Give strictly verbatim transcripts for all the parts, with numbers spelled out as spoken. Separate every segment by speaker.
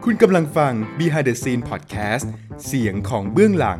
Speaker 1: คุณกำลังฟัง Behind the Scene Podcast เสียงของเบื้องหลัง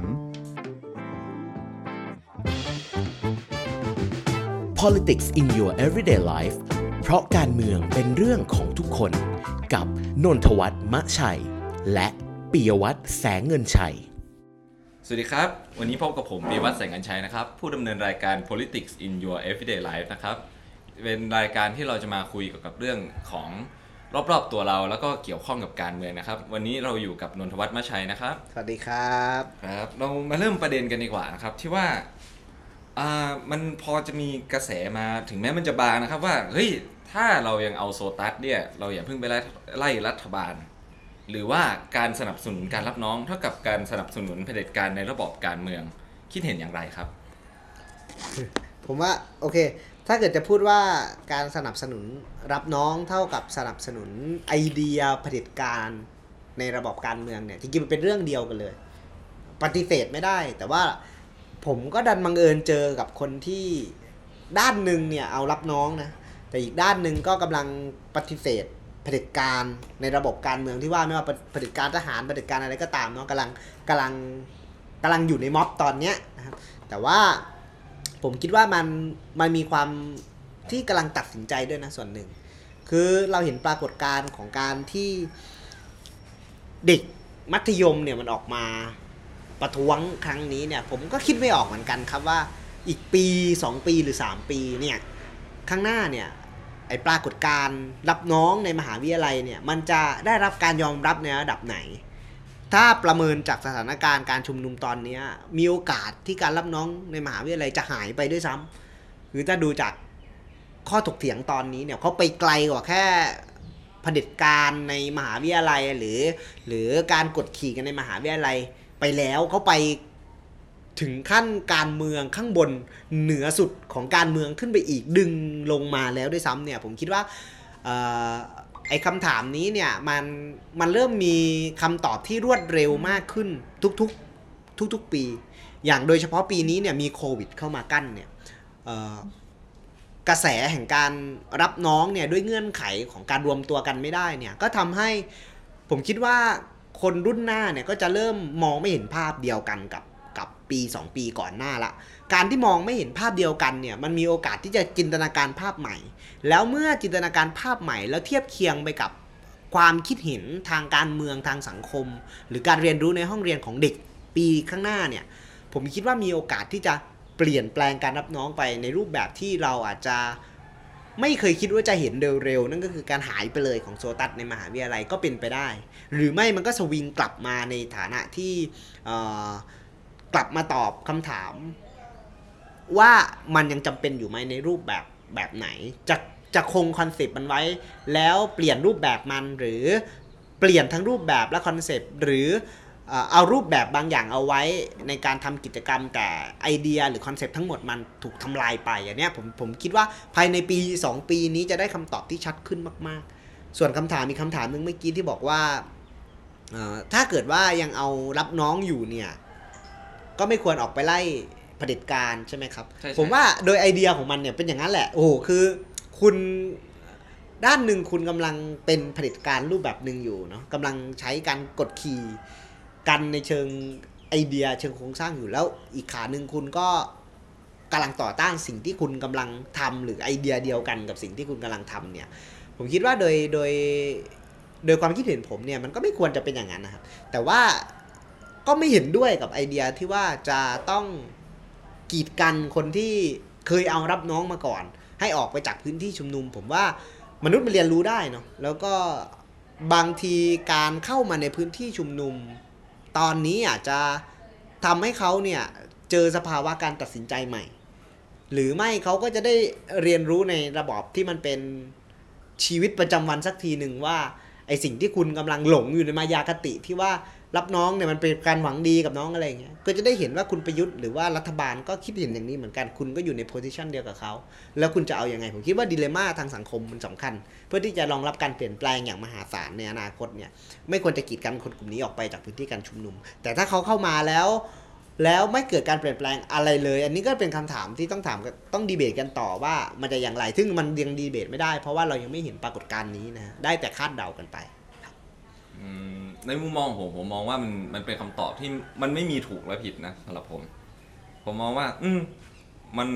Speaker 2: Politics in your everyday life เพราะการเมืองเป็นเรื่องของทุกคนกับนนทวัฒน์มะชัยและปิยวัฒน์แสงเงินชัย
Speaker 3: สวัสดีครับวันนี้พบกับผมปิยวัฒน์แสงเงินชัยนะครับผู้ดำเนินรายการ Politics in your everyday life นะครับเป็นรายการที่เราจะมาคุยเกี่ยวกับเรื่องของรอบๆตัวเราแล้วก็เกี่ยวข้องกับการเมืองนะครับวันนี้เราอยู่กับนนทวัฒน์มะชัยนะครับ
Speaker 4: สวัสดีครับ
Speaker 3: ครับเรามาเริ่มประเด็นกันดีกว่านะครับที่ว่าอ่ามันพอจะมีกระแสมาถึงแม้มันจะบางนะครับว่าเฮ้ยถ้าเรายังเอาโซตัสเนี่ยเราอย่าเพิ่งไปไล่รัฐบาลหรือว่าการสนับสนุนการรับน้องเท่ากับการสนับสนุนเผด็จการในระบอบการเมืองคิดเห็นอย่างไรครับ
Speaker 4: ผมว่าโอเคถ้าเกิดจะพูดว่าการสนับสนุนรับน้องเท่ากับสนับสนุนไอเดียเผด็จการในระบอบการเมืองเนี่ยจริงๆมันเป็นเรื่องเดียวกันเลยปฏิเสธไม่ได้แต่ว่าผมก็ดันบังเอิญเจอกับคนที่ด้านหนึ่งเนี่ยเอารับน้องนะแต่อีกด้านหนึ่งก็กำลังปฏิเสธเผด็จการในระบบการเมืองที่ว่าไม่ว่าเผด็จการทหารเผด็จการอะไรก็ตามเนาะกำลังกำลังกำลังอยู่ในม็อบตอนเนี้ยนะครับแต่ว่าผมคิดว่ามันมันมีความที่กำลังตัดสินใจด้วยนะส่วนหนึ่งคือเราเห็นปรากฏการณ์ของการที่เด็กมัธยมเนี่ยมันออกมาประท้วงครั้งนี้เนี่ยผมก็คิดไม่ออกเหมือนกันครับว่าอีกปีสองปีหรือสามปีเนี่ยข้างหน้าเนี่ยไอ้ปรากฏการณ์รับน้องในมหาวิทยาลัยเนี่ยมันจะได้รับการยอมรับในระดับไหนถ้าประเมินจากสถานการณ์การชุมนุมตอนนี้มีโอกาสที่การรับน้องในมหาวิทยาลัยจะหายไปด้วยซ้ำหรือถ้าดูจากข้อถกเถียงตอนนี้เนี่ยเขาไปไกลกว่าแค่เผด็จการในมหาวิทยาลัยหรือหรือการกดขี่กันในมหาวิทยาลัยไปแล้วเขาไปถึงขั้นการเมืองข้างบนเหนือสุดของการเมืองขึ้นไปอีกดึงลงมาแล้วด้วยซ้ำเนี่ยผมคิดว่าไอ้คำถามนี้เนี่ยมันมันเริ่มมีคำตอบที่รวดเร็วมากขึ้นทุกๆทุกๆปีอย่างโดยเฉพาะปีนี้เนี่ยมีโควิดเข้ามากั้นเนี่ยกระแสแห่งการรับน้องเนี่ยด้วยเงื่อนไขของการรวมตัวกันไม่ได้เนี่ยก็ทำให้ผมคิดว่าคนรุ่นหน้าเนี่ยก็จะเริ่มมองไม่เห็นภาพเดียวกันกับกับปีสองปีก่อนหน้าละการที่มองไม่เห็นภาพเดียวกันเนี่ยมันมีโอกาสที่จะจินตนาการภาพใหม่แล้วเมื่อจินตนาการภาพใหม่แล้วเทียบเคียงไปกับความคิดเห็นทางการเมืองทางสังคมหรือการเรียนรู้ในห้องเรียนของเด็กปีข้างหน้าเนี่ยผมคิดว่ามีโอกาสที่จะเปลี่ยนแปลงการรับน้องไปในรูปแบบที่เราอาจจะไม่เคยคิดว่าจะเห็นเร็วๆนั่นก็คือการหายไปเลยของโซตัสในมหาวิทยาลัยก็เป็นไปได้หรือไม่มันก็สวิงกลับมาในฐานะที่กลับมาตอบคำถามว่ามันยังจำเป็นอยู่ไหมในรูปแบบแบบไหนจะจะคงคอนเซปต์มันไว้แล้วเปลี่ยนรูปแบบมันหรือเปลี่ยนทั้งรูปแบบและคอนเซปต์หรือเอารูปแบบบางอย่างเอาไว้ในการทำกิจกรรมแต่ไอเดียหรือคอนเซปต์ทั้งหมดมันถูกทำลายไปอย่างนี้ผมผมคิดว่าภายในปีสองปีนี้จะได้คำตอบที่ชัดขึ้นมากๆส่วนคำถามมีคำถามนึงเมื่อกี้ที่บอกว่าถ้าเกิดว่ายังเอารับน้องอยู่เนี่ยก็ไม่ควรออกไปไล่เผด็จการใช่ไหมครับผมว่าโดยไอเดียของมันเนี่ยเป็นอย่างนั้นแหละโอ้โหคือคุณด้านหนึ่งคุณกำลังเป็นเผด็จการรูปแบบหนึ่งอยู่เนาะกำลังใช้การกดขี่กันในเชิงไอเดียเชิงโครงสร้างอยู่แล้วอีกขาหนึ่งคุณก็กำลังต่อต้านสิ่งที่คุณกำลังทำหรือไอเดียเดียวกันกับสิ่งที่คุณกำลังทำเนี่ยผมคิดว่าโดยโดยโดยความคิดเห็นผมเนี่ยมันก็ไม่ควรจะเป็นอย่างนั้นนะครับแต่ว่าก็ไม่เห็นด้วยกับไอเดียที่ว่าจะต้องกีดกันคนที่เคยเอารับน้องมาก่อนให้ออกไปจากพื้นที่ชุมนุมผมว่ามนุษย์มันเรียนรู้ได้เนาะแล้วก็บางทีการเข้ามาในพื้นที่ชุมนุมตอนนี้อาจจะทำให้เขาเนี่ยเจอสภาวะการตัดสินใจใหม่หรือไม่เขาก็จะได้เรียนรู้ในระบอบที่มันเป็นชีวิตประจำวันสักทีหนึ่งว่าไอสิ่งที่คุณกำลังหลงอยู่ในมายาคติที่ว่ารับน้องเนี่ยมันเป็นการหวังดีกับน้องอะไรอย่างเงี้ยก็จะได้เห็นว่าคุณประยุทธ์หรือว่ารัฐบาลก็คิดเห็นอย่างนี้เหมือนกันคุณก็อยู่ในโพสิชันเดียวกับเขาแล้วคุณจะเอายังไงผมคิดว่าดิเลม่าทางสังคมมันสำคัญเพื่อที่จะรองรับการเปลี่ยนแปลงอย่างมหาศาลในอนาคตเนี่ยไม่ควรจะกีดกันคนกลุ่มนี้ออกไปจากพื้นที่การชุมนุมแต่ถ้าเขาเข้ามาแล้วแล้วไม่เกิดการเปลี่ยนแปลงอะไรเลยอันนี้ก็เป็นคำถามที่ต้องถามต้องดีเบตกันต่อว่ามันจะอย่างไรซึ่งมันยังดีเบตไม่ได้เพราะว่าเรายังไม่เห็นปรากฏการณ์นี้นะได้แต่คาดเดากันไป
Speaker 3: อในมุมมองผมผมมองว่ามันมันเป็นคำตอบที่มันไม่มีถูกและผิดนะสำหรับผมผมมองว่าอืมมัน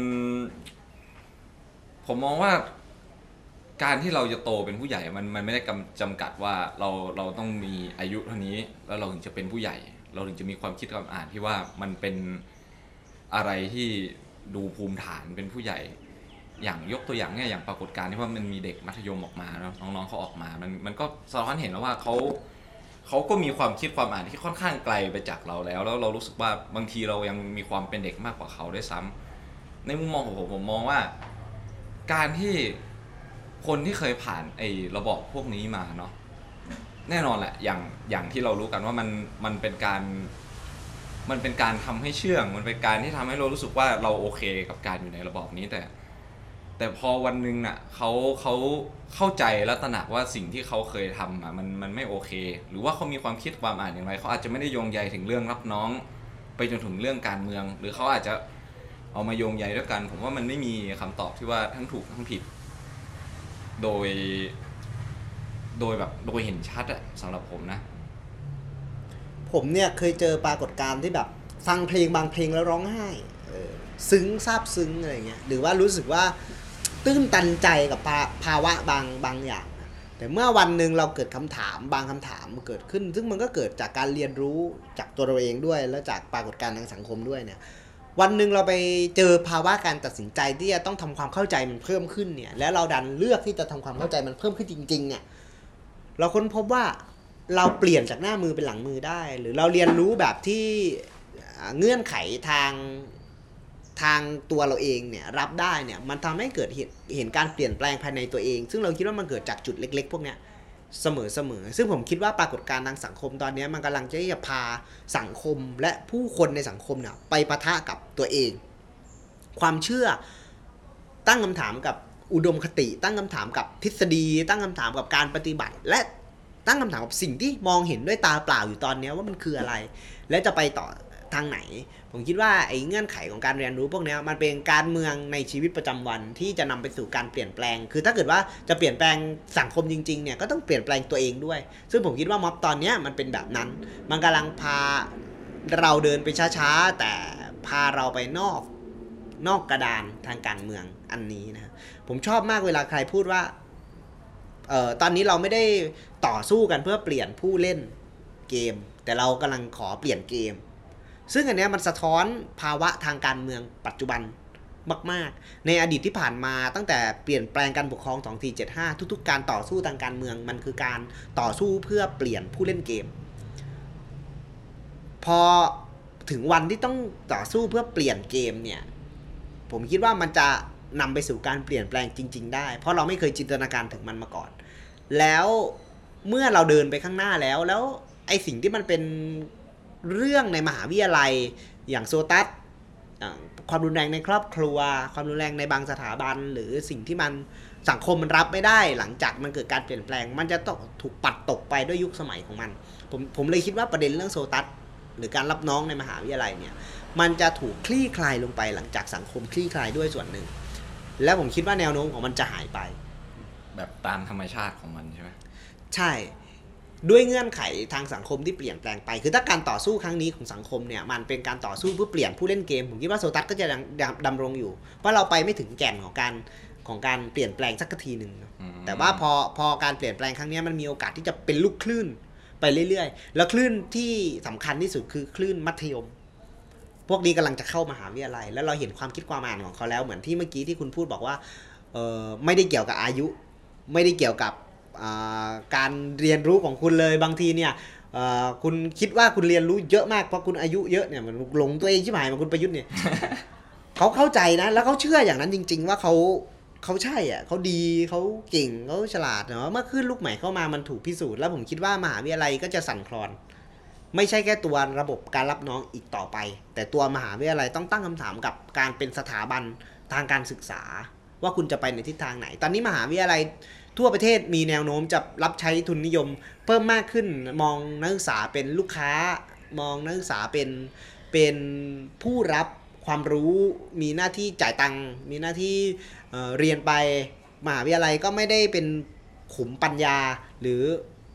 Speaker 3: ผมมองว่าการที่เราจะโตเป็นผู้ใหญ่มันมันไม่ได้จำกัดว่าเราเราต้องมีอายุเท่านี้แล้วเราถึงจะเป็นผู้ใหญ่เราถึงจะมีความคิดความอ่านที่ว่ามันเป็นอะไรที่ดูภูมิฐานเป็นผู้ใหญ่อย่างยกตัวอย่างเนี่ยอย่างปรากฏการณ์ที่ว่ามันมีเด็กมัธยมออกมาแล้วน้องๆเขาออกมามันมันก็สะท้อนเห็นแล้วว่าเขาเขาก็มีความคิดความอ่านที่ค่อนข้างไกลไปจากเราแล้วแล้วเรารู้สึกว่าบางทีเรายังมีความเป็นเด็กมากกว่าเขาด้วยซ้ำในมุมมองของผมผมมองว่าการที่คนที่เคยผ่านไอ้ระบบพวกนี้มาเนาะแน่นอนแหละอย่างอย่างที่เรารู้กันว่ามันมันเป็นการมันเป็นการทำให้เชื่องมันเป็นการที่ทำให้เรารู้สึกว่าเราโอเคกับการอยู่ในระบบนี้แต่แต่พอวันนึงน่ะเขาเขาเข้าใจและตระหนักว่าสิ่งที่เขาเคยทำอ่ะมันมันไม่โอเคหรือว่าเขามีความคิดความอ่านอย่างไรเขาอาจจะไม่ได้โยงใยถึงเรื่องรับน้องไปจนถึงเรื่องการเมืองหรือเขาอาจจะเอามาโยงใยด้วยกันผมว่ามันไม่มีคำตอบที่ว่าทั้งถูกทั้งผิดโดยโดยแบบโดยเห็นชัดอะสำหรับผมนะ
Speaker 4: ผมเนี่ยเคยเจอปรากฏการณ์ที่แบบฟังเพลงบางเพลงแล้วร้องไห้ซึ้งซาบซึ้งอะไรเงี้ยหรือว่ารู้สึกว่าตื้นตันใจกับภาวะบางบางอย่างแต่เมื่อวันหนึ่งเราเกิดคำถามบางคำถามเกิดขึ้นซึ่งมันก็เกิดจากการเรียนรู้จากตัวเราเองด้วยแล้วจากปรากฏการณ์ทางสังคมด้วยเนี่ยวันหนึ่งเราไปเจอภาวะการตัดสินใจที่จะต้องทำความเข้าใจมันเพิ่มขึ้นเนี่ยแล้วเราดันเลือกที่จะทำความเข้าใจมันเพิ่มขึ้นจริงๆเนี่ยเราค้นพบว่าเราเปลี่ยนจากหน้ามือเป็นหลังมือได้หรือเราเรียนรู้แบบที่เงื่อนไขทางทางตัวเราเองเนี่ยรับได้เนี่ยมันทำให้เกิดเห็นเห็นการเปลี่ยนแปลงภายในตัวเองซึ่งเราคิดว่ามันเกิดจากจุดเล็กๆพวกเนี้ยเสมอๆซึ่งผมคิดว่าปรากฏการณ์ทางสังคมตอนนี้มันกำลังจะพาสังคมและผู้คนในสังคมเนี่ยไปปะทะกับตัวเองความเชื่อตั้งคำถามกับอุดมคติตั้งคำถามกับทฤษฎีตั้งคำถามกับการปฏิบัติและตั้งคำถามกับสิ่งที่มองเห็นด้วยตาเปล่าอยู่ตอนนี้ว่ามันคืออะไรและจะไปต่อทางไหนผมคิดว่าไอ้เงื่อนไขของการเรียนรู้พวกนี้มันเป็นการเมืองในชีวิตประจำวันที่จะนำไปสู่การเปลี่ยนแปลงคือถ้าเกิดว่าจะเปลี่ยนแปลงสังคมจริงๆเนี่ยก็ต้องเปลี่ยนแปลงตัวเองด้วยซึ่งผมคิดว่าม็อบตอนนี้มันเป็นแบบนั้นมันกำลังพาเราเดินไปช้าๆแต่พาเราไปนอกนอกกระดานทางการเมืองอันนี้นะผมชอบมากเวลาใครพูดว่าเอ่อตอนนี้เราไม่ได้ต่อสู้กันเพื่อเปลี่ยนผู้เล่นเกมแต่เรากำลังขอเปลี่ยนเกมซึ่งอันนี้มันสะท้อนภาวะทางการเมืองปัจจุบันมากๆในอดีตที่ผ่านมาตั้งแต่เปลี่ยนแปลงการปกครองสองสี่เจ็ดห้าทุกๆการต่อสู้ทางการเมืองมันคือการต่อสู้เพื่อเปลี่ยนผู้เล่นเกมพอถึงวันที่ต้องต่อสู้เพื่อเปลี่ยนเกมเนี่ยผมคิดว่ามันจะนำไปสู่การเปลี่ยนแปลงจริงๆได้เพราะเราไม่เคยจินตนาการถึงมันมาก่อนแล้วเมื่อเราเดินไปข้างหน้าแล้วแล้วไอ้สิ่งที่มันเป็นเรื่องในมหาวิทยาลัยอย่างโซตัสความรุนแรงในครอบครัวความรุนแรงในบางสถาบันหรือสิ่งที่มันสังคมมันรับไม่ได้หลังจากมันเกิดการเปลี่ยนแปลงมันจะต้องถูกปัดตกไปด้วยยุคสมัยของมันผมผมเลยคิดว่าประเด็นเรื่องโซตัสหรือการรับน้องในมหาวิทยาลัยเนี่ยมันจะถูกคลี่คลายลงไปหลังจากสังคมคลี่คลายด้วยส่วนหนึ่งและผมคิดว่าแนวโน้มของมันจะหายไป
Speaker 3: แบบตามธรรมชาติของมันใช่ไหม
Speaker 4: ใช่ด้วยเงื่อนไขทางสังคมที่เปลี่ยนแปลงไปคือถ้าการต่อสู้ครั้งนี้ของสังคมเนี่ยมันเป็นการต่อสู้เพื่อเปลี่ยนผู้เล่นเกมผมคิดว่าโซตัสก็จะดำรงอยู่เพราะเราไปไม่ถึงแก่นของการของการเปลี่ยนแปลงสักทีหนึ่งแต่ว่าพอพอการเปลี่ยนแปลงครั้งนี้มันมีโอกาสที่จะเป็นลูกคลื่นไปเรื่อยๆแล้วคลื่นที่สำคัญที่สุดคือคลื่นมัธยมพวกนี้กำลังจะเข้ามหาวิทยาลัยแล้วเราเห็นความคิดความอ่านของเขาแล้วเหมือนที่เมื่อกี้ที่คุณพูดบอกว่าเออไม่ได้เกี่ยวกับอายุไม่ได้เกี่ยวกับการเรียนรู้ของคุณเลยบางทีเนี่ยคุณคิดว่าคุณเรียนรู้เยอะมากเพราะคุณอายุเยอะเนี่ยมันหลงตัวเองชิบหายเหมือนคุณประยุทธ์เนี่ย เขาเข้าใจนะแล้วเขาเชื่ออย่างนั้นจริงๆว่าเขาเขาใช่อ่ะเขาดีเขาเก่งเขาฉลาดเนาะเมื่อขึ้นลูกใหม่เข้ามามันถูกพิสูจน์แล้วผมคิดว่ามหาวิทยาลัยก็จะสั่นคลอนไม่ใช่แค่ตัวระบบการรับน้องอีกต่อไปแต่ตัวมหาวิทยาลัยต้องตั้งคำถามกับการเป็นสถาบันทางการศึกษาว่าคุณจะไปในทิศทางไหนตอนนี้มหาวิทยาลัยทั่วประเทศมีแนวโน้มจะรับใช้ทุนนิยมเพิ่มมากขึ้นมองนักศึกษาเป็นลูกค้ามองนักศึกษาเป็นเป็นผู้รับความรู้มีหน้าที่จ่ายตังค์มีหน้าที่ เอ่อ เรียนไปมหาวิทยาลัยก็ไม่ได้เป็นขุมปัญญาหรือ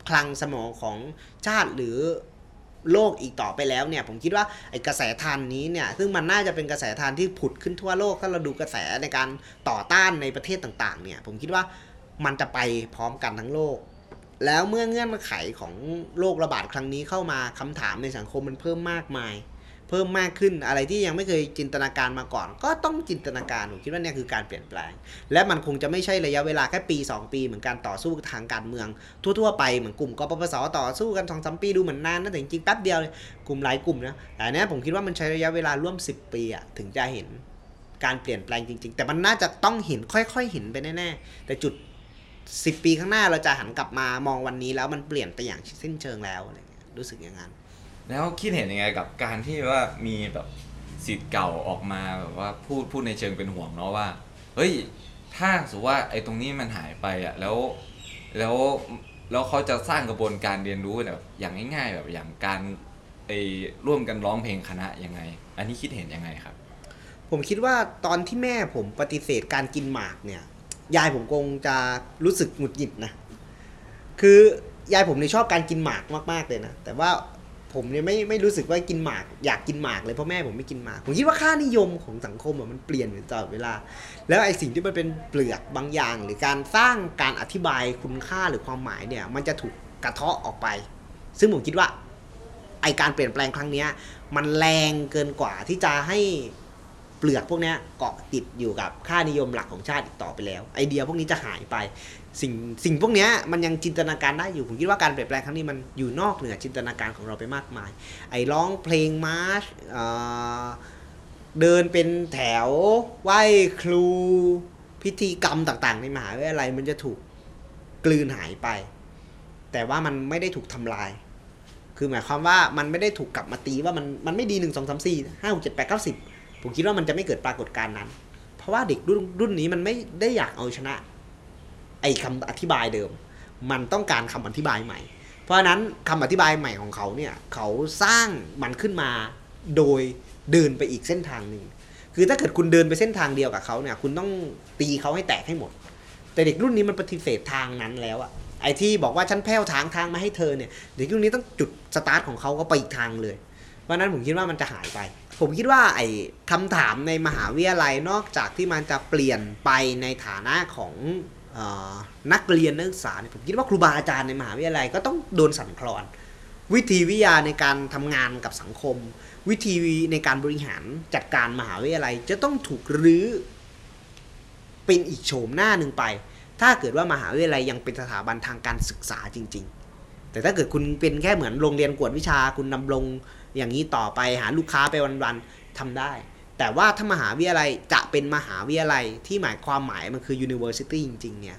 Speaker 4: คลังสมองของชาติหรือโลกอีกต่อไปแล้วเนี่ยผมคิดว่าไอ้กระแสทานนี้เนี่ยซึ่งมันน่าจะเป็นกระแสทานที่ผุดขึ้นทั่วโลกถ้าเราดูกระแสในการต่อต้านในประเทศต่างๆเนี่ยผมคิดว่ามันจะไปพร้อมกันทั้งโลกแล้วเมื่อเงื่อนไขของโรคระบาดครั้งนี้เข้ามาคำถามในสังคมมันเพิ่มมากมายเพิ่มมากขึ้นอะไรที่ยังไม่เคยจินตนาการมาก่อนก็ต้องจินตนาการผมคิดว่าเนี่ยคือการเปลี่ยนแปลงและมันคงจะไม่ใช่ระยะเวลาแค่ปีสองปีเหมือนการต่อสู้ทางการเมืองทั่วๆไปเหมือนกลุ่มกปปสต่อสู้กัน สองสาม ปีดูเหมือนนานนะแต่จริงๆแป๊บเดียวเลยกลุ่มหลายกลุ่มนะแต่เนี้ยผมคิดว่ามันใช้ระยะเวลาร่วมสิบปีอะถึงจะเห็นการเปลี่ยนแปลงจริงๆแต่มันน่าจะต้องเห็นค่อยๆเห็นไปแน่ๆแต่จุดสิบปีข้างหน้าเราจะหันกลับมามองวันนี้แล้วมันเปลี่ยนไปอย่างสิ้นเชิงแล้วอะไรเงี้ยรู้สึกอย่างนั้น
Speaker 3: แล้วคิดเห็นยังไงกับการที่ว่ามีแบบศิษย์เก่าออกมาแบบว่าพูดพูดในเชิงเป็นห่วงเนาะว่าเฮ้ยถ้าสมมติว่าไอ้ตรงนี้มันหายไปอ่ะแล้วแล้วแล้วเขาจะสร้างกระบวนการเรียนรู้แบบอย่างง่ายๆแบบอย่างการไอ้ร่วมกันร้องเพลงคณะยังไงอันนี้คิดเห็นยังไงครับ
Speaker 4: ผมคิดว่าตอนที่แม่ผมปฏิเสธการกินหมากเนี่ยยายผมคงจะรู้สึกหงุดหงิดนะคือยายผมเนี่ยชอบการกินหมากมากๆเลยนะแต่ว่าผมเนี่ยไม่ไม่รู้สึกว่ากินหมากอยากกินหมากเลยเพราะแม่ผมไม่กินหมากผมคิดว่าค่านิยมของสังคมมันเปลี่ยนอยู่ตลอดเวลาแล้วไอ้สิ่งที่มันเป็นเปลือกบางอย่างหรือการสร้างการอธิบายคุณค่าหรือความหมายเนี่ยมันจะถูกกระเทาะออกไปซึ่งผมคิดว่าไอ้การเปลี่ยนแปลงครั้งนี้มันแรงเกินกว่าที่จะให้เปลือกพวกนี้เกาะติดอยู่กับค่านิยมหลักของชาติอีกต่อไปแล้วไอเดียพวกนี้จะหายไปสิ่งสิ่งพวกนี้มันยังจินตนาการได้อยู่ผมคิดว่าการเปลี่ยนแปลงครั้งนี้มันอยู่นอกเหนือจินตนาการของเราไปมากมายไอ้ร้องเพลงมาร์ชเดินเป็นแถวไหว้ครูพิธีกรรมต่างๆในมหาวิทยาลัยมันจะถูกกลืนหายไปแต่ว่ามันไม่ได้ถูกทำลายคือหมายความว่ามันไม่ได้ถูกกลับมาตีว่ามันมันไม่ดีหนึ่ง สอง สาม สี่ ห้า หก เจ็ด แปด เก้า สิบผมคิดว่ามันจะไม่เกิดปรากฏการณ์นั้นเพราะว่าเด็กรุ่นรุ่นนี้มันไม่ได้อยากเอาชนะไอ้คำอธิบายเดิมมันต้องการคำอธิบายใหม่เพราะฉะนั้นคำอธิบายใหม่ของเขาเนี่ยเขาสร้างมันขึ้นมาโดยเดินไปอีกเส้นทางหนึ่งคือถ้าเกิดคุณเดินไปเส้นทางเดียวกับเขาเนี่ยคุณต้องตีเขาให้แตกให้หมดแต่เด็กรุ่นนี้มันปฏิเสธทางนั้นแล้วอะไอ้ที่บอกว่าฉันแผ่วทางทางมาให้เธอเนี่ยเด็กรุ่นนี้ต้องจุดสตาร์ทของเขาก็ไปอีกทางเลยเพราะนั้นผมคิดว่ามันจะหายไปผมคิดว่าไอ้คำถามในมหาวิทยาลัยนอกจากที่มันจะเปลี่ยนไปในฐานะของเอ่อนักเรียนนักศึกษาเนี่ยผมคิดว่าครูบาอาจารย์ในมหาวิทยาลัยก็ต้องโดนสั่นคลอนวิธีวิทยาในการทำงานกับสังคมวิธีในการบริหารจัดการมหาวิทยาลัยจะต้องถูกรื้อเป็นอีกโฉมหน้าหนึ่งไปถ้าเกิดว่ามหาวิทยาลัยยังเป็นสถาบันทางการศึกษาจริงๆแต่ถ้าเกิดคุณเป็นแค่เหมือนโรงเรียนกวดวิชาคุณดำรงอย่างนี้ต่อไปหาลูกค้าไปวันๆทำได้แต่ว่าถ้ามหาวิทยาลัยจะเป็นมหาวิทยาลัยที่หมายความหมายมันคือ university จริงๆเนี่ย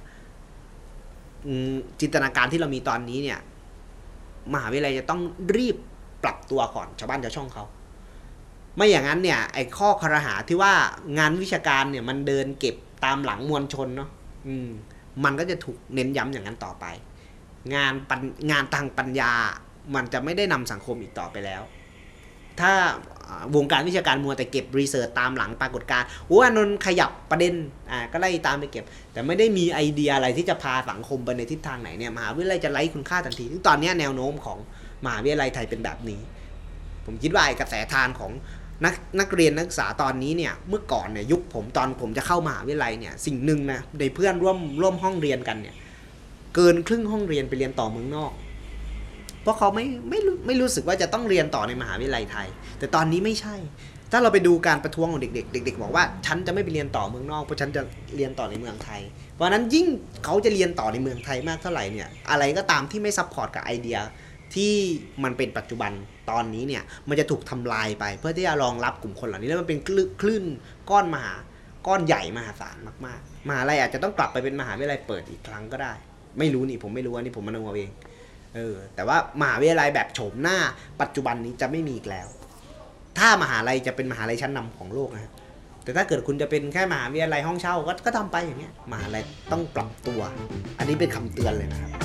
Speaker 4: จินตนาการที่เรามีตอนนี้เนี่ยมหาวิทยาลัยจะต้องรีบปรับตัวก่อนชาวบ้านชาวช่องเขาไม่อย่างนั้นเนี่ยไอ้ข้อครหาที่ว่างานวิชาการเนี่ยมันเดินเก็บตามหลังมวลชนเนาะมันก็จะถูกเน้นย้ำอย่างนั้นต่อไปงานงานทางปัญญามันจะไม่ได้นำสังคมอีกต่อไปแล้วถ้าวงการวิชาการมัวแต่เก็บรีเสิร์ชตามหลังปรากฏการณ์โอ้อานนท์ขยับประเด็นอ่าก็ไล่ตามไปเก็บแต่ไม่ได้มีไอเดียอะไรที่จะพาสังคมไปในทิศทางไหนเนี่ยมหาวิทยาลัยจะไร้คุณค่าทันทีซึ่งตอนนี้แนวโน้มของมหาวิทยาลัยไทยเป็นแบบนี้ผมคิดว่าไอ้กระแสทานของนักนักเรียนนักศึกษาตอนนี้เนี่ยเมื่อก่อนเนี่ยยุคผมตอนผมจะเข้ามหาวิทยาลัยเนี่ยสิ่งหนึ่งนะในเพื่อนร่วมร่วมห้องเรียนกันเนี่ยเกินครึ่งห้องเรียนไปเรียนต่อเมืองนอกเพราะเขาไม่ไม่ไม่รู้สึกว่าจะต้องเรียนต่อในมหาวิทยาลัยไทยแต่ตอนนี้ไม่ใช่ถ้าเราไปดูการประท้วงของเด็กๆเด็กๆบอกว่าฉันจะไม่ไปเรียนต่อเมืองนอกเพราะฉันจะเรียนต่อในเมืองไทยเพราะนั้นยิ่งเขาจะเรียนต่อในเมืองไทยมากเท่าไหร่เนี่ยอะไรก็ตามที่ไม่ซัพพอร์ตกับไอเดียที่มันเป็นปัจจุบันตอนนี้เนี่ยมันจะถูกทำลายไปเพื่อที่จะรองรับกลุ่มคนเหล่านี้แล้วมันเป็นคลื่นก้อนมหาก้อนใหญ่มหาศาลมากๆมหาลัยอาจจะต้องกลับไปเป็นมหาวิทยาลัยเปิดอีกครั้งก็ได้ไม่รู้นี่ผมไม่รู้อันนี้ผมมโนเอาเองเออแต่ว่ามหาวิทยาลัยแบบโฉมหน้าปัจจุบันนี้จะไม่มีอีกแล้วถ้ามหาลัยจะเป็นมหาลัยชั้นนำของโลกนะแต่ถ้าเกิดคุณจะเป็นแค่มหาวิทยาลัยห้องเช่าก็ก็ทำไปอย่างเงี้ยมหาลัยต้องปรับตัวอันนี้เป็นคำเตือนเลยนะครับ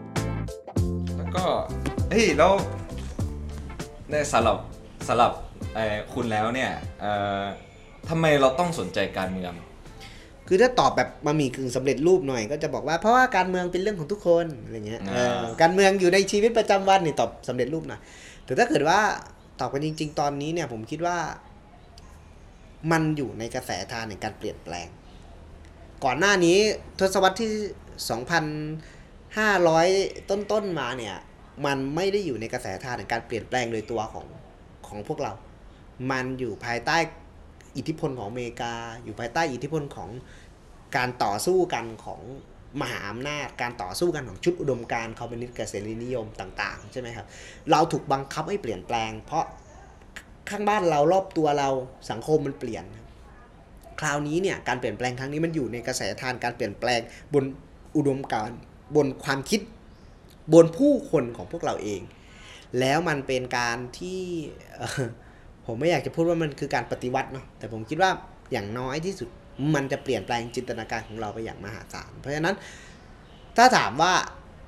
Speaker 3: แล้วก็เฮ้ยแล้วในสำหรับสำหรับเอ่อคุณแล้วเนี่ยเอ่อทำไมเราต้องสนใจการเมือง
Speaker 4: คือถ้าตอบแบบบะหมี่กึ่งสำเร็จรูปหน่อยก็จะบอกว่าเพราะว่าการเมืองเป็นเรื่องของทุกคนอะไรเงี้ยการเมืองอยู่ในชีวิตประจำวันนี่ตอบสำเร็จรูปหน่อยแต่ถ้าเกิดว่าตอบกันจริงๆตอนนี้เนี่ยผมคิดว่ามันอยู่ในกระแสทางในการเปลี่ยนแปลงก่อนหน้านี้ทศวรรษที่ สองพันห้าร้อย ต้นๆมาเนี่ยมันไม่ได้อยู่ในกระแสทางในการเปลี่ยนแปลงโดยตัวของของพวกเรามันอยู่ภายใต้อิทธิพลของอเมริกาอยู่ภายใต้อิทธิพลของการต่อสู้กันของมหาอำนาจการต่อสู้กันของชุดอุดมการณ์คอมมิวนิสต์กับเสรีนิยมต่างๆใช่ไหมครับเราถูกบังคับให้เปลี่ยนแปลงเพราะข้างบ้านเรารอบตัวเราสังคมมันเปลี่ยนคราวนี้เนี่ยการเปลี่ยนแปลงครั้งนี้มันอยู่ในกระแสทางการเปลี่ยนแปลงบนอุดมการณ์บนความคิดบนผู้คนของพวกเราเองแล้วมันเป็นการที่ผมไม่อยากจะพูดว่ามันคือการปฏิวัติเนาะแต่ผมคิดว่าอย่างน้อยที่สุดมันจะเปลี่ยนแปลงจินตนาการของเราไปอย่างมหาศาลเพราะฉะนั้นถ้าถามว่า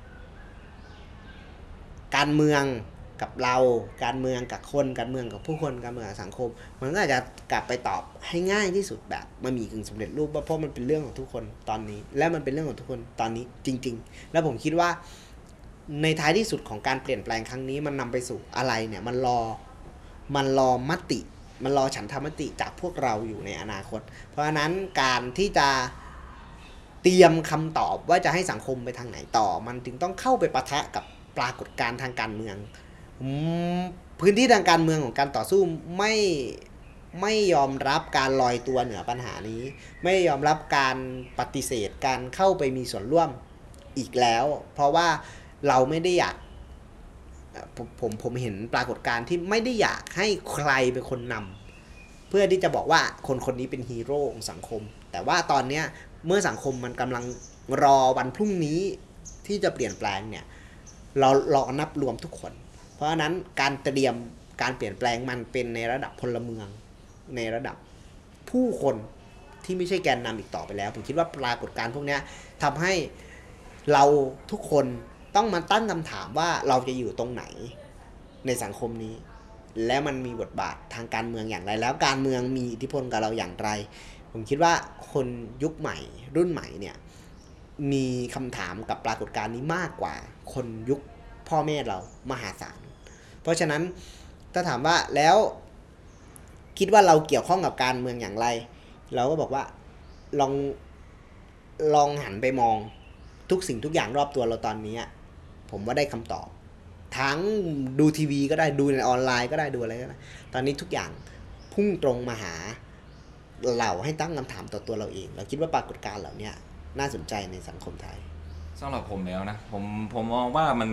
Speaker 4: การเมืองกับเราการเมืองกับคนการเมืองกับผู้คนการเมืองกับสังคมมันก็อาจจะกลับไปตอบให้ง่ายที่สุดแบบบะหมี่กึ่งสำเร็จรูปเพราะมันเป็นเรื่องของทุกคนตอนนี้และมันเป็นเรื่องของทุกคนตอนนี้จริงๆแล้วผมคิดว่าในท้ายที่สุดของการเปลี่ยนแปลงครั้งนี้มันนำไปสู่อะไรเนี่ยมันรอมันรอมติมันรอฉันทามติจากพวกเราอยู่ในอนาคตเพราะฉะนั้นการที่จะเตรียมคำตอบว่าจะให้สังคมไปทางไหนต่อมันจึงต้องเข้าไปปะทะกับปรากฏการณ์ทางการเมืองพื้นที่ทางการเมืองของการต่อสู้ไม่ไม่ยอมรับการลอยตัวเหนือปัญหานี้ไม่ยอมรับการปฏิเสธการเข้าไปมีส่วนร่วมอีกแล้วเพราะว่าเราไม่ได้อยากผมผมผมเห็นปรากฏการณ์ที่ไม่ได้อยากให้ใครเป็นคนนำเพื่อที่จะบอกว่าคนคนนี้เป็นฮีโร่ของสังคมแต่ว่าตอนนี้เมื่อสังคมมันกำลังรอวันพรุ่งนี้ที่จะเปลี่ยนแปลงเนี่ยเรารอนับรวมทุกคนเพราะฉะนั้นการเตรียมการเปลี่ยนแปลงมันเป็นในระดับพลเมืองในระดับผู้คนที่ไม่ใช่แกนนำอีกต่อไปแล้วผมคิดว่าปรากฏการณ์พวกนี้ทำให้เราทุกคนต้องมาตั้งคำถามว่าเราจะอยู่ตรงไหนในสังคมนี้และมันมีบทบาททางการเมืองอย่างไรแล้วการเมืองมีอิทธิพลกับเราอย่างไรผมคิดว่าคนยุคใหม่รุ่นใหม่เนี่ยมีคำถามกับปรากฏการณ์นี้มากกว่าคนยุคพ่อแม่เรามหาศาลเพราะฉะนั้นถ้าถามว่าแล้วคิดว่าเราเกี่ยวข้องกับการเมืองอย่างไรเราก็บอกว่าลองลองหันไปมองทุกสิ่งทุกอย่างรอบตัวเราตอนนี้ผมว่าได้คำตอบทั้งดูทีวีก็ได้ดูในออนไลน์ก็ได้ดูอะไรก็ได้ตอนนี้ทุกอย่างพุ่งตรงมาหาเราให้ตั้งคำถามต่อตัวเราเองเราคิดว่าปรากฏการณ์เหล่านี้น่าสนใจในสังคมไทย
Speaker 3: สำหรับผมแล้วนะผมผมมองว่ามัน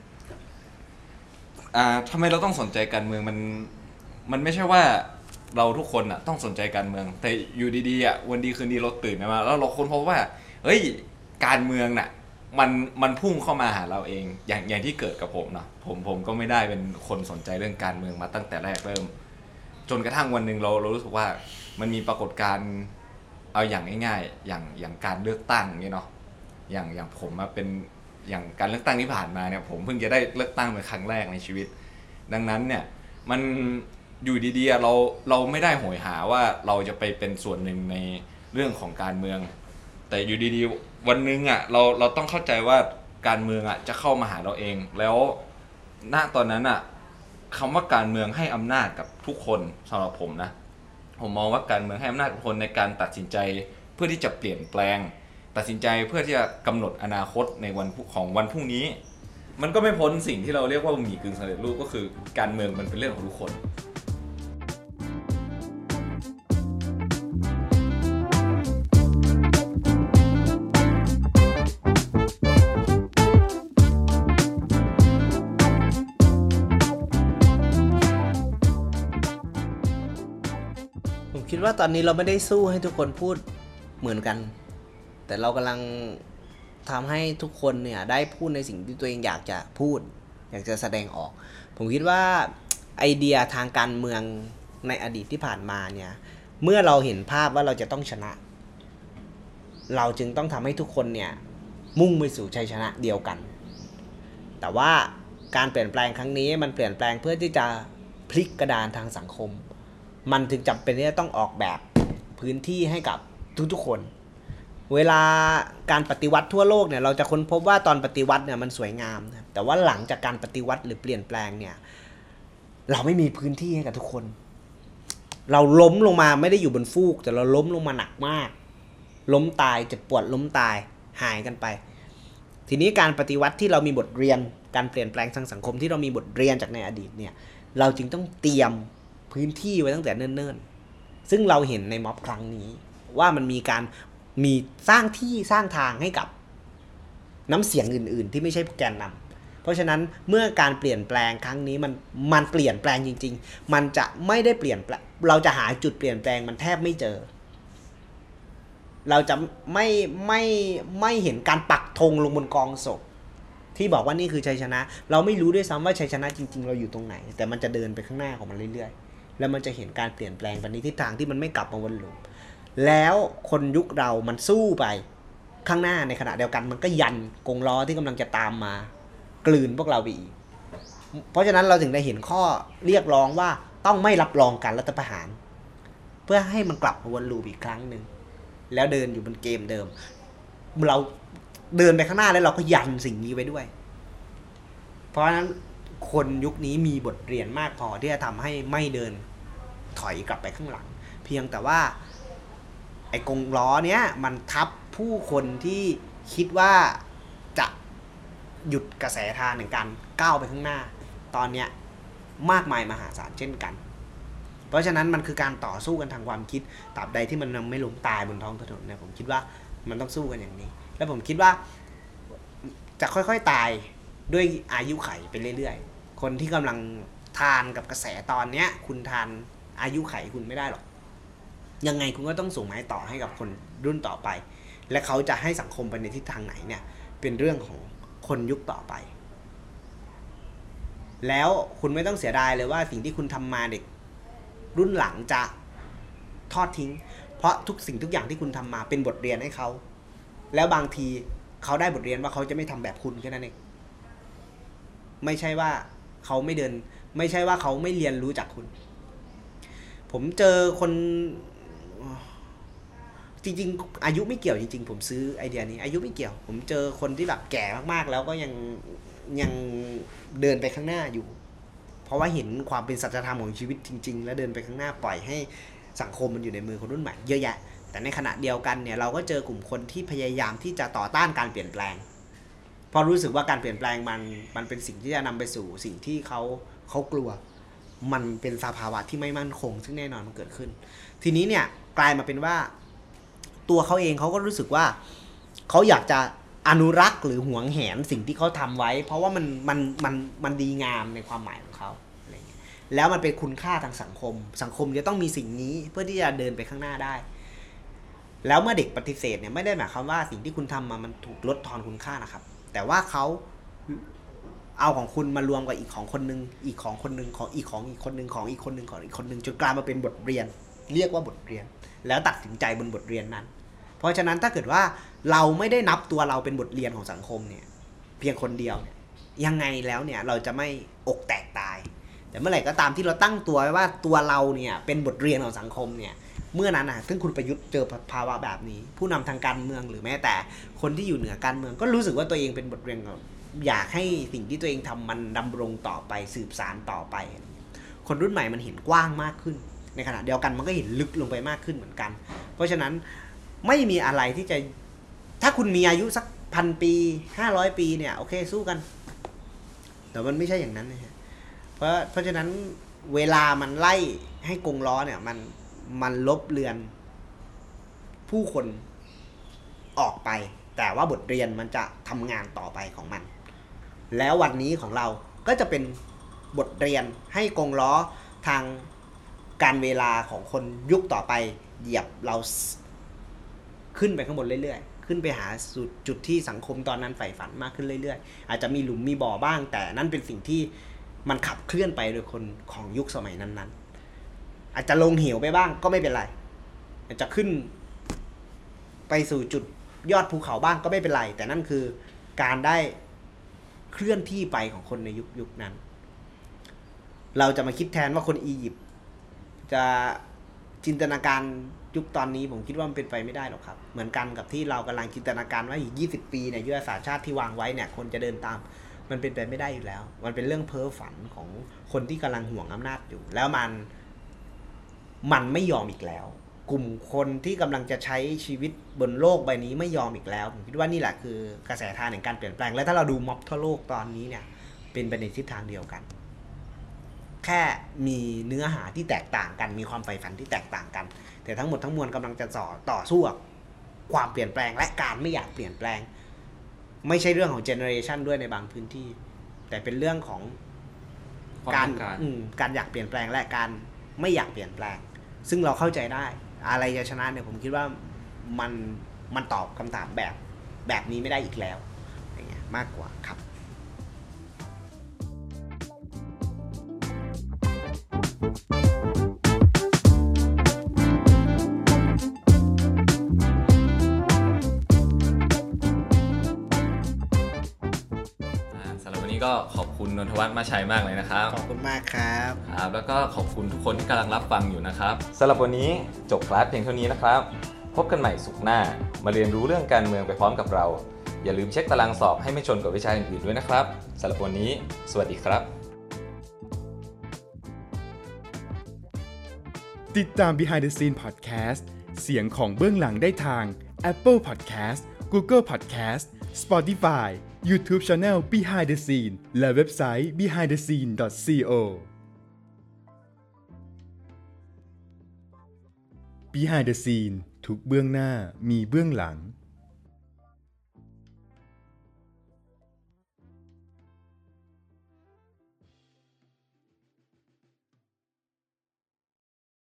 Speaker 3: อ่าทำไมเราต้องสนใจการเมืองมันมันไม่ใช่ว่าเราทุกคนอ่ะต้องสนใจการเมืองแต่อยู่ดีๆอ่ะวันดีคืนดีเราตื่นมาแล้วเราค้นพบว่าเฮ้ยการเมืองน่ะมันมันพุ่งเข้ามาหาเราเองอย่างอย่างที่เกิดกับผมเนาะผมผมก็ไม่ได้เป็นคนสนใจเรื่องการเมืองมาตั้งแต่แรกเริ่มจนกระทั่งวันหนึ่งเราเรารู้สึกว่ามันมีปรากฏการณ์เอาอย่างง่ายๆอย่างอย่างการเลือกตั้งนี่เนาะอย่างอย่างผมมาเป็นอย่างการเลือกตั้งที่ผ่านมาเนี่ยผมเพิ่งจะได้เลือกตั้งเป็นครั้งแรกในชีวิตดังนั้นเนี่ยมันอยู่ดีๆเราเราไม่ได้โหยหาว่าเราจะไปเป็นส่วนหนึ่งในเรื่องของการเมืองแต่อยู่ดีๆวันนึงอ่ะเราเราต้องเข้าใจว่าการเมืองอ่ะจะเข้ามาหาเราเองแล้วณตอนนั้นอ่ะคำว่าการเมืองให้อำนาจกับทุกคนสำหรับผมนะผมมองว่าการเมืองให้อำนาจทุกคนในการตัดสินใจเพื่อที่จะเปลี่ยนแปลงตัดสินใจเพื่อที่จะกำหนดอนาคตในวันของวันพรุ่งนี้มันก็ไม่พ้นสิ่งที่เราเรียกว่าบะหมี่กึ่งสำเร็จรูปก็คือการเมืองมันเป็นเรื่องของทุกคน
Speaker 4: ผมคิดว่าตอนนี้เราไม่ได้สู้ให้ทุกคนพูดเหมือนกันแต่เรากำลังทำให้ทุกคนเนี่ยได้พูดในสิ่งที่ตัวเองอยากจะพูดอยากจะแสดงออกผมคิดว่าไอเดียทางการเมืองในอดีตที่ผ่านมาเนี่ยเมื่อเราเห็นภาพว่าเราจะต้องชนะเราจึงต้องทำให้ทุกคนเนี่ยมุ่งไปสู่ชัยชนะเดียวกันแต่ว่าการเปลี่ยนแปลงครั้งนี้มันเปลี่ยนแปลงเพื่อที่จะผพลิกกระดานทางสังคมมันถึงจำเป็นที่จะต้องออกแบบพื้นที่ให้กับทุกๆคนเวลาการปฏิวัติทั่วโลกเนี่ยเราจะค้นพบว่าตอนปฏิวัติเนี่ยมันสวยงามนะแต่ว่าหลังจากการปฏิวัติหรือเปลี่ยนแปลงเนี่ยเราไม่มีพื้นที่ให้กับทุกคนเราล้มลงมาไม่ได้อยู่บนฟูกแต่เราล้มลงมาหนักมากล้มตายเจ็บปวดล้มตายหายกันไปทีนี้การปฏิวัติที่เรามีบทเรียนการเปลี่ยนแปลงทางสังคมที่เรามีบทเรียนจากในอดีตเนี่ยเราจึงต้องเตรียมพื้นที่ไว้ตั้งแต่เนิ่นๆซึ่งเราเห็นในม็อบครั้งนี้ว่ามันมีการมีสร้างที่สร้างทางให้กับน้ำเสียงอื่นๆที่ไม่ใช่แกนนำเพราะฉะนั้นเมื่อการเปลี่ยนแปลงครั้งนี้มันมันเปลี่ยนแปลงจริงๆมันจะไม่ได้เปลี่ยนแปลงเราจะหาจุดเปลี่ยนแปลงมันแทบไม่เจอเราจะไม่ไม่ไม่เห็นการปักธงลงบนกองศพที่บอกว่านี่คือชัยชนะเราไม่รู้ด้วยซ้ำว่าชัยชนะจริงๆเราอยู่ตรงไหนแต่มันจะเดินไปข้างหน้าของมันเรื่อยๆแล้วมันจะเห็นการเปลี่ยนแปลงไปในทิศทางที่มันไม่กลับมาวนลูปแล้วคนยุคเรามันสู้ไปข้างหน้าในขณะเดียวกันมันก็ยันกงล้อที่กำลังจะตามมากลืนพวกเราไปอีกเพราะฉะนั้นเราถึงได้เห็นข้อเรียกร้องว่าต้องไม่รับรองการรัฐประหารเพื่อให้มันกลับมาวนลูปอีกครั้งนึงแล้วเดินอยู่บนเกมเดิมเราเดินไปข้างหน้าแล้วเราก็ยันสิ่งนี้ไว้ด้วยเพราะฉะนั้นคนยุคนี้มีบทเรียนมากพอที่จะทำให้ไม่เดินถอยกลับไปข้างหลังเพียงแต่ว่าไอ้กงล้อเนี้ยมันทับผู้คนที่คิดว่าจะหยุดกระแสทางในการก้าวไปข้างหน้าตอนเนี้ยมากมายมหาศาลเช่นกันเพราะฉะนั้นมันคือการต่อสู้กันทางความคิดตราบใดที่มันยังไม่ล้มตายบนท้องถนนเนี่ยผมคิดว่ามันต้องสู้กันอย่างนี้แล้วผมคิดว่าจะค่อยๆตายด้วยอายุไขไปเรื่อยๆคนที่กำลังทานกับกระแสตอนเนี้ยคุณทานอายุไขคุณไม่ได้หรอกยังไงคุณก็ต้องส่งไม้ต่อให้กับคนรุ่นต่อไปและเขาจะให้สังคมไปในทิศทางไหนเนี่ยเป็นเรื่องของคนยุคต่อไปแล้วคุณไม่ต้องเสียดายเลยว่าสิ่งที่คุณทำมาเด็กรุ่นหลังจะทอดทิ้งเพราะทุกสิ่งทุกอย่างที่คุณทำมาเป็นบทเรียนให้เขาแล้วบางทีเขาได้บทเรียนว่าเขาจะไม่ทำแบบคุณแค่นั้นเองไม่ใช่ว่าเขาไม่เดินไม่ใช่ว่าเขาไม่เรียนรู้จากคุณผมเจอคนจริงๆอายุไม่เกี่ยวจริงๆผมซื้อไอเดียนี้อายุไม่เกี่ยวผมเจอคนที่แบบแก่มากๆแล้วก็ยังยังเดินไปข้างหน้าอยู่เพราะว่าเห็นความเป็นสัจธรรมของชีวิตจริงๆแล้วเดินไปข้างหน้าปล่อยให้สังคมมันอยู่ในมือคนรุ่นใหม่เยอะแยะแต่ในขณะเดียวกันเนี่ยเราก็เจอกลุ่มคนที่พยายามที่จะต่อต้านการเปลี่ยนแปลงเพราะรู้สึกว่าการเปลี่ยนแปลงมันมันเป็นสิ่งที่จะนำไปสู่สิ่งที่เขาเขากลัวมันเป็นสภาวะที่ไม่มั่นคงซึ่งแน่นอนมันเกิดขึ้นทีนี้เนี่ยกลายมาเป็นว่าตัวเขาเองเขาก็รู้สึกว่าเขาอยากจะอนุรักษ์หรือหวงแหนสิ่งที่เขาทำไว้เพราะว่ามันมันมันมันดีงามในความหมายของเขาอะไรเงี้ยแล้วมันเป็นคุณค่าทางสังคมสังคมจะต้องมีสิ่งนี้เพื่อที่จะเดินไปข้างหน้าได้แล้วเมื่อเด็กปฏิเสธเนี่ยไม่ได้หมายความว่าสิ่งที่คุณทำมามันถูกลดทอนคุณค่านะครับแต่ว่าเขาเอาของคุณมารวมกับอีกของคนนึงอีกของคนนึงของอีกของอีกคนนึงของอีกคนนึงของอีกคนนึงจนกลายมาเป็นบทเรียนเรียกว่าบทเรียนแล้วตัดสินใจบนบทเรียนนั้นเพราะฉะนั้นถ้าเกิดว่าเราไม่ได้นับตัวเราเป็นบทเรียนของสังคมเนี่ยเพียงคนเดียวเนี่ยยังไงแล้วเนี่ยเราจะไม่อกแตกตายแต่เมื่อไหร่ก็ตามที่เราตั้งตัวไว้ว่าตัวเราเนี่ยเป็นบทเรียนของสังคมเนี่ยเมื่อนั้นนะซึ่งคุณประยุทธ์เจอภาวะแบบนี้ผู้นำทางการเมืองหรือแม้แต่คนที่อยู่เหนือการเมืองก็รู้สึกว่าตัวเองเป็นบทเรียนอยากให้สิ่งที่ตัวเองทำมันดำรงต่อไปสืบสานต่อไปคนรุ่นใหม่มันเห็นกว้างมากขึ้นในขณะเดียวกันมันก็เห็นลึกลงไปมากขึ้นเหมือนกันเพราะฉะนั้นไม่มีอะไรที่จะถ้าคุณมีอายุสักพันปีห้าร้อยปีเนี่ยโอเคสู้กันแต่มันไม่ใช่อย่างนั้นนะฮะเพราะเพราะฉะนั้นเวลามันไล่ให้กงล้อเนี่ยมันมันลบเลือนผู้คนออกไปแต่ว่าบทเรียนมันจะทำงานต่อไปของมันแล้ววันนี้ของเราก็จะเป็นบทเรียนให้กงล้อทางการเวลาของคนยุคต่อไปเหยียบเราขึ้นไปข้างบนเรื่อยๆขึ้นไปหาจุดจุดที่สังคมตอนนั้นใฝ่ฝันมากขึ้นเรื่อยๆอาจจะมีหลุมมีบ่อบ้างแต่นั่นเป็นสิ่งที่มันขับเคลื่อนไปโดยคนของยุคสมัยนั้นๆอาจจะลงเหวไปบ้างก็ไม่เป็นไรอาจจะขึ้นไปสู่จุดยอดภูเขาบ้างก็ไม่เป็นไรแต่นั่นคือการได้เคลื่อนที่ไปของคนในยุคยุคนั้นเราจะมาคิดแทนว่าคนอียิปต์จะจินตนาการยุคตอนนี้ผมคิดว่ามันเป็นไปไม่ได้หรอกครับเหมือนกันกับที่เรากำลังจินตนาการว่าอีกยี่สิบปีเนี่ยยุทธศาสตร์ชาติที่วางไว้เนี่ยคนจะเดินตามมันเป็นไปไม่ได้อยู่แล้วมันเป็นเรื่องเพ้อฝันของคนที่กำลังห่วงอำนาจอยู่แล้วมันมันไม่ยอมอีกแล้วกลุ่มคนที่กำลังจะใช้ชีวิตบนโลกใบนี้ไม่ยอมอีกแล้วผมคิดว่านี่แหละคือกระแสทางแห่งการเปลี่ยนแปลงและถ้าเราดูม็อบทั่วโลกตอนนี้เนี่ยเป็นไปในทิศทางเดียวกันแค่มีเนื้อหาที่แตกต่างกันมีความใฝ่ฝันที่แตกต่างกันแต่ทั้งหมดทั้งมวลกำลังจะต่อต่อสู้กับความเปลี่ยนแปลงและการไม่อยากเปลี่ยนแปลงไม่ใช่เรื่องของเจเนอเรชันด้วยในบางพื้นที่แต่เป็นเรื่องของการการอยากเปลี่ยนแปลงและการไม่อยากเปลี่ยนแปลงซึ่งเราเข้าใจได้อะไรจะชนะเนี่ยผมคิดว่ามันมันตอบคำถามแบบแบบนี้ไม่ได้อีกแล้วอย่างเงี้ยมากกว่าครับ
Speaker 3: สำหรับวันนี้ก็ขอบคุณนนทวัฒน์มาชัยมากเลยนะครับ
Speaker 4: ขอบคุณมากครับ
Speaker 3: ครับแล้วก็ขอบคุณทุกคนที่กำลังรับฟังอยู่นะครับสำหรับวันนี้จบคลาสเพียงเท่านี้นะครับพบกันใหม่ศุกร์หน้ามาเรียนรู้เรื่องการเมืองไปพร้อมกับเราอย่าลืมเช็คตารางสอบให้ไม่ชนกับวิชาอื่นๆด้วยนะครับสำหรับวันนี้สวัสดีครับ
Speaker 1: ติดตาม Behind the Scene Podcast เสียงของเบื้องหลังได้ทาง Apple Podcast Google Podcast Spotify YouTube Channel Behind the Scene และเว็บไซต์ บีไฮนด์ เดอะ ซีน ดอท ซี โอ Behind the Scene ทุกเบื้องหน้ามีเบื้องหลัง